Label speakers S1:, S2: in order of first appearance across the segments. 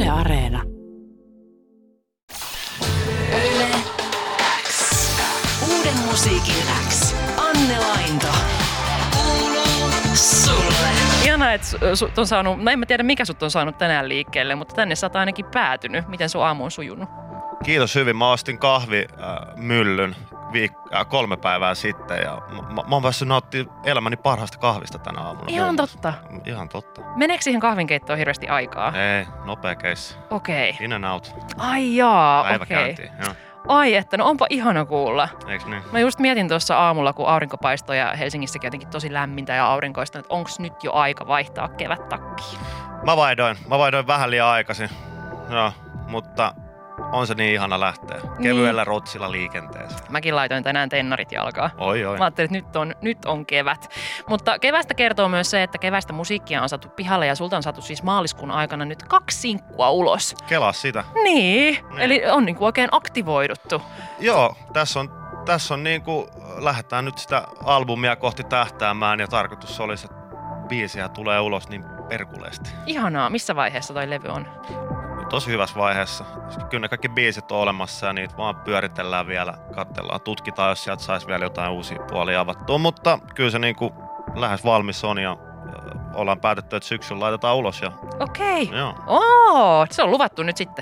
S1: Yle Areena.
S2: Yle X. Uuden musiikin X. Anne Lainto. Kuuluu sulle.
S3: Ihanaa, että sut on saanut, en mä tiedä mikä sut on saanut tänään liikkeelle, mutta tänne sä oot ainakin päätynyt. Miten sun aamu on sujunut?
S4: Kiitos hyvin. Mä ostin kahvimyllyn 3 päivää sitten ja mä oon päässyt nauttimaan elämäni parhaasta kahvista tänä aamuna.
S3: Ihan totta.
S4: Ihan totta.
S3: Meneekö siihen kahvinkeittoon hirveästi aikaa?
S4: Ei, nopea keissi.
S3: Okei.
S4: In and out.
S3: Ai jaa,
S4: Päivä
S3: okei.
S4: käyntiin, joo.
S3: Ai että, no onpa ihana kuulla.
S4: Eiks niin?
S3: Mä just mietin tuossa aamulla, kun aurinko paistoi ja Helsingissäkin jotenkin tosi lämmintä ja aurinkoista, että onks nyt jo aika vaihtaa kevättakkiin?
S4: Mä vaihdoin vähän liian aikaisin. Joo, mutta on se niin ihana lähteä. Kevyellä rotsilla liikenteeseen.
S3: Mäkin laitoin tänään tennarit jalkaa.
S4: Oi.
S3: Mä ajattelin, että nyt on kevät. Mutta kevästä kertoo myös se, että kevästä musiikkia on saatu pihalle ja sulta on saatu siis maaliskuun aikana nyt 2 sinkkua ulos.
S4: Kelaa sitä.
S3: Niin, eli on niinku oikein aktivoiduttu.
S4: Joo, tässä on niinku, lähdetään nyt sitä albumia kohti tähtäämään ja tarkoitus olisi, että biisiä tulee ulos niin perkuleesti.
S3: Ihanaa, missä vaiheessa toi levy on?
S4: Tosi hyvässä vaiheessa. Kyllä ne kaikki biisit on olemassa ja niitä vaan pyöritellään vielä, katsellaan, tutkitaan, jos sieltä saisi vielä jotain uusia puolia avattua. Mutta kyllä se niinku lähes valmis on ja ollaan päätetty, että syksyllä laitetaan ulos.
S3: Okei.
S4: Joo.
S3: Se on luvattu nyt sitten.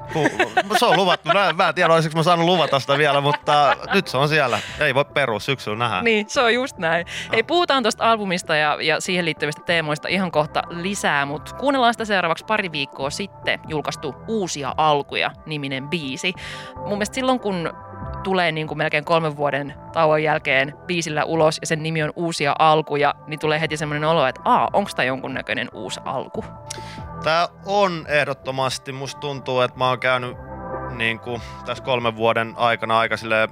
S4: Se on luvattu. Mä en tiedä, olisiko mä saanut luvata sitä vielä, mutta nyt se on siellä. Ei voi perua, syksyllä nähdään.
S3: Niin, se on just näin. Hei, puhutaan tuosta albumista ja siihen liittyvistä teemoista ihan kohta lisää, mutta kuunnellaan sitä seuraavaksi pari viikkoa sitten julkaistu Uusia alkuja -niminen biisi. Mun mielestä silloin, kun tulee niin kuin melkein 3 vuoden tauon jälkeen biisillä ulos ja sen nimi on Uusia alkuja, niin tulee heti semmoinen olo, että onko tämä jonkunnäköinen uusi alku?
S4: Tää on ehdottomasti. Musta tuntuu, että mä oon käynyt niin kuin tässä 3 vuoden aikana aika silleen,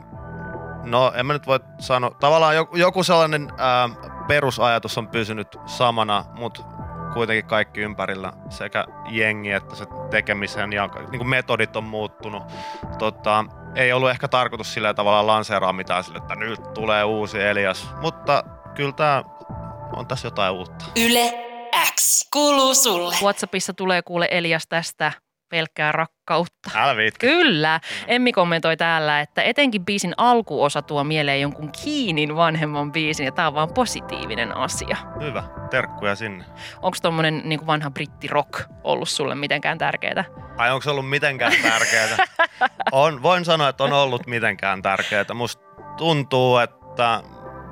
S4: no en mä nyt voi sanoa, tavallaan joku sellainen perusajatus on pysynyt samana, mutta kuitenkin kaikki ympärillä, sekä jengi että se tekemisen ja niin kuin metodit on muuttunut. Ei ollut ehkä tarkoitus sillä tavalla lanseeraa mitään sille, että nyt tulee uusi Elias, mutta kyllä tää on tässä jotain uutta.
S2: Yle X. Kuuluu sulle.
S3: WhatsAppissa tulee kuule Elias tästä pelkkää rakkautta.
S4: Älä viitki.
S3: Kyllä. Emmi kommentoi täällä, että etenkin biisin alkuosa tuo mieleen jonkun Keenin vanhemman biisin ja tää on vaan positiivinen asia.
S4: Hyvä. Terkkuja sinne.
S3: Onko tommonen niin kuin vanha brittirock ollut sulle mitenkään tärkeetä?
S4: Ai onko se ollut mitenkään tärkeää? Voin sanoa, että on ollut mitenkään tärkeää. Musta tuntuu, että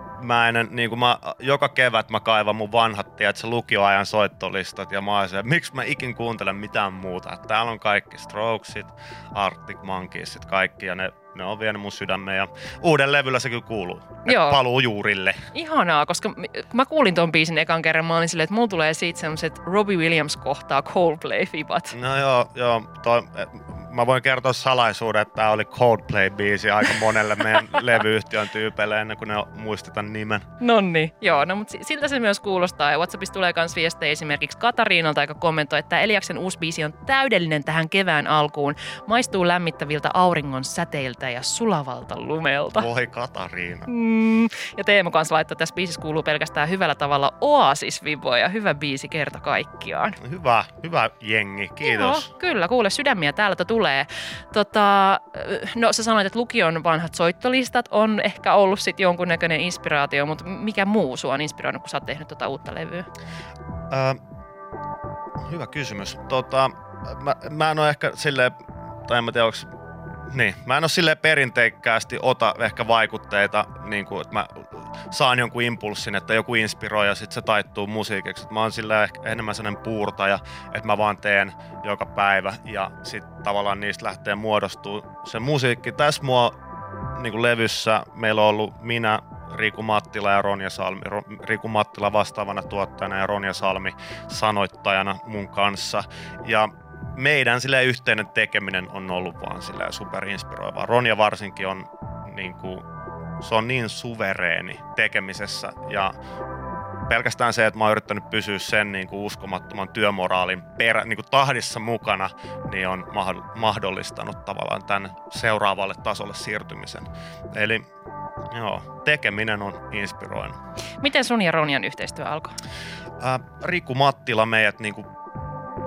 S4: joka kevät mä kaivan mun vanhat, lukioajan soittolistat ja mä oon se, miksi mä ikin kuuntelen mitään muuta. Että täällä on kaikki Strokesit, Arctic Monkeysit, kaikki ja ne on vienyt mun sydämeen ja uuden levyllä se kyllä kuuluu. Paluu juurille. Ihanaa,
S3: koska kun mä kuulin ton biisin ekan kerran, mä olin silleen, että mulla tulee siitä sellaiset Robbie Williams kohtaa Coldplay-fibat.
S4: No joo. Mä voin kertoa salaisuuden, että tää oli Coldplay-biisi aika monelle meidän levyyhtiön tyypeille ennen kuin ne muistetaan nimen.
S3: Nonni, joo. No mutta siltä se myös kuulostaa. Ja WhatsAppissa tulee myös viestejä esimerkiksi Katariinalta, joka kommentoi, että Eliaksen uusi biisi on täydellinen tähän kevään alkuun. Maistuu lämmittäviltä auringon säteiltä ja sulavalta lumelta.
S4: Voi Katariina.
S3: Ja Teemu kanssa laittaa, että tässä biisissä kuuluu pelkästään hyvällä tavalla Oasis-viboja. Hyvä biisi kerta kaikkiaan.
S4: Hyvä jengi, kiitos.
S3: Joo, kyllä, kuule sydämiä täältä tulee. No sä sanoit, että lukion vanhat soittolistat on ehkä ollut sit jonkunnäköinen inspiraatio, mutta mikä muu sua on inspiroinut, kun sä oot tehnyt uutta levyä?
S4: Hyvä kysymys. Mä en ole ehkä silleen, tai en mä tiedä, mä en ole silleen perinteikkäästi ota ehkä vaikutteita, niin kuin, että mä saan jonkun impulssin, että joku inspiroi ja sitten se taittuu musiikiksi. Mä oon silleen ehkä enemmän sellainen puurtaja, että mä vaan teen joka päivä ja sitten tavallaan niistä lähtee muodostuu se musiikki. Tässä niin kuin levyssä meillä on ollut minä, Riku Mattila ja Ronja Salmi. Riku Mattila vastaavana tuottajana ja Ronja Salmi sanoittajana mun kanssa. Ja meidän silleen yhteinen tekeminen on ollut vaan silleen superinspiroivaa. Ronja varsinkin on se on niin suvereeni tekemisessä ja pelkästään se, että mä oon yrittänyt pysyä sen uskomattoman työmoraalin tahdissa mukana, niin on mahdollistanut tavallaan tämän seuraavalle tasolle siirtymisen. Eli joo, tekeminen on inspiroinut.
S3: Miten sun ja Ronjan yhteistyö alkoi?
S4: Riku Mattila meidät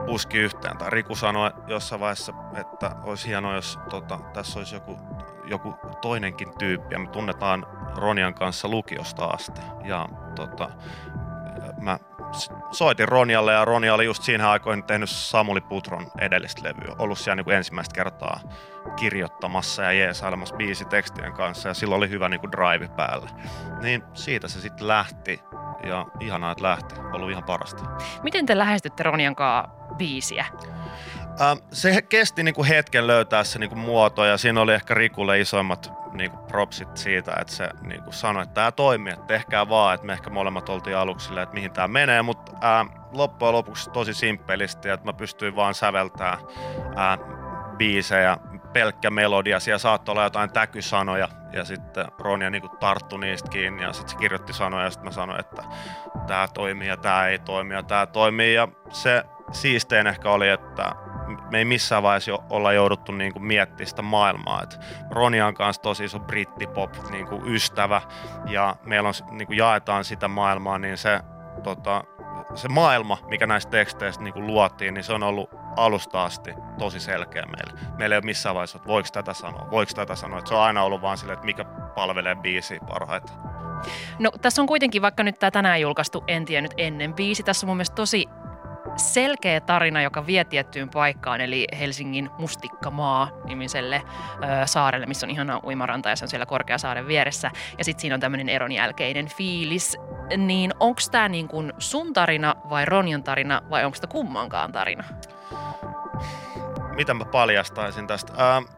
S4: puski yhteen. Tai Riku sanoi jossain vaiheessa, että olisi hienoa, jos tässä olisi joku toinenkin tyyppi. Ja me tunnetaan Ronian kanssa lukiosta asti. Ja mä soitin Ronjalle ja Ronja oli just siinä aikoina tehnyt Samuli Putron edellistä levyä. Ollut siellä niin kuin ensimmäistä kertaa kirjoittamassa ja jeesailemassa biisitekstien kanssa ja silloin oli hyvä niin kuin drive päällä. Niin siitä se sitten lähti ja ihanaa, että lähti. Ollut ihan parasta.
S3: Miten te lähestytte Ronjan kanssa biisiä?
S4: Se kesti niin kuin hetken löytää se niin kuin muoto ja siinä oli ehkä Rikulle isoimmat niin kuin propsit siitä, että se niin kuin sanoi, että tämä toimii, että tehkää vaan, että me ehkä molemmat oltiin aluksi silleen, että mihin tämä menee, mutta loppujen lopuksi tosi simppelisti, että mä pystyin vaan säveltämään biisejä, pelkkä melodia, siellä saattoi olla jotain täkysanoja ja sitten Ronja niin kuin tarttui niistä kiinni ja sitten se kirjoitti sanoja ja sitten mä sanoin, että tämä toimii ja tämä ei toimi ja tämä toimii ja se siistein ehkä oli, että me ei missään vaiheessa olla jouduttu niinku miettimään sitä maailmaa. Et Ronja on kanssa tosi iso brittipop niinku ystävä ja meillä on, niinku jaetaan sitä maailmaa, niin se maailma, mikä näistä teksteistä niinku luotiin, niin se on ollut alusta asti tosi selkeä meille. Meillä ei ole missään vaiheessa, että voiko tätä sanoa. Et se on aina ollut vaan silleen, että mikä palvelee biisiä parhaiten.
S3: No tässä on kuitenkin, vaikka nyt tämä tänään julkaistu En tiennyt ennen biisi, tässä on mun mielestä tosi selkeä tarina, joka vie tiettyyn paikkaan, eli Helsingin Mustikkamaa-nimiselle saarelle, missä on ihana uimaranta ja se on siellä Korkeasaaren vieressä. Ja sitten siinä on tämmöinen eron jälkeinen fiilis. Niin onko tämä niin kuin sun tarina vai Ronjan tarina vai onko tämä kummankaan tarina?
S4: Mitä mä paljastaisin tästä?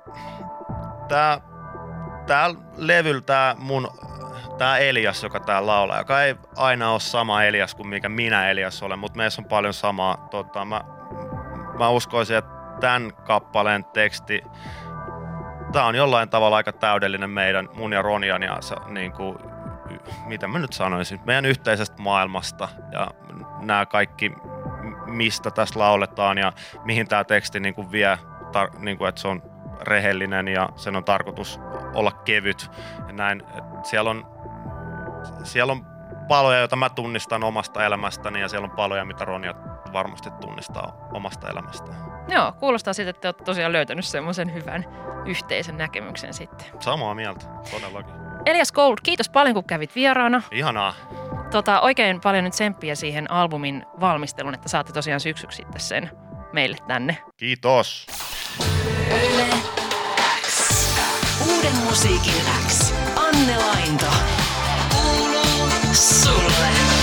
S4: Tää levyllä Tämä Elias, joka täällä laulaa, joka ei aina ole sama Elias kuin mikä minä Elias olen, mutta meissä on paljon samaa. Mä uskoisin, että tämän kappaleen teksti, tämä on jollain tavalla aika täydellinen mun ja Ronjan ja niin kuin, mitä mä nyt sanoisin, meidän yhteisestä maailmasta ja nämä kaikki, mistä tässä lauletaan ja mihin tämä teksti niin kuin vie, niin kuin, että se on rehellinen ja sen on tarkoitus olla kevyt ja näin, siellä on paloja, joita mä tunnistan omasta elämästäni ja siellä on paloja, mitä Ronja varmasti tunnistaa omasta elämästään.
S3: Joo, kuulostaa siltä, että te olette tosiaan löytänyt semmoisen hyvän yhteisen näkemyksen sitten.
S4: Samaa mieltä, todellakin.
S3: Elias Gold, kiitos paljon kun kävit vieraana.
S4: Ihanaa.
S3: Oikein paljon nyt tsemppiä siihen albumin valmisteluun, että saatte tosiaan syksyksi sitten sen meille tänne.
S4: Kiitos.
S2: Yle X. Uuden musiikin X. Anne Lainto. Kuuluu sulle.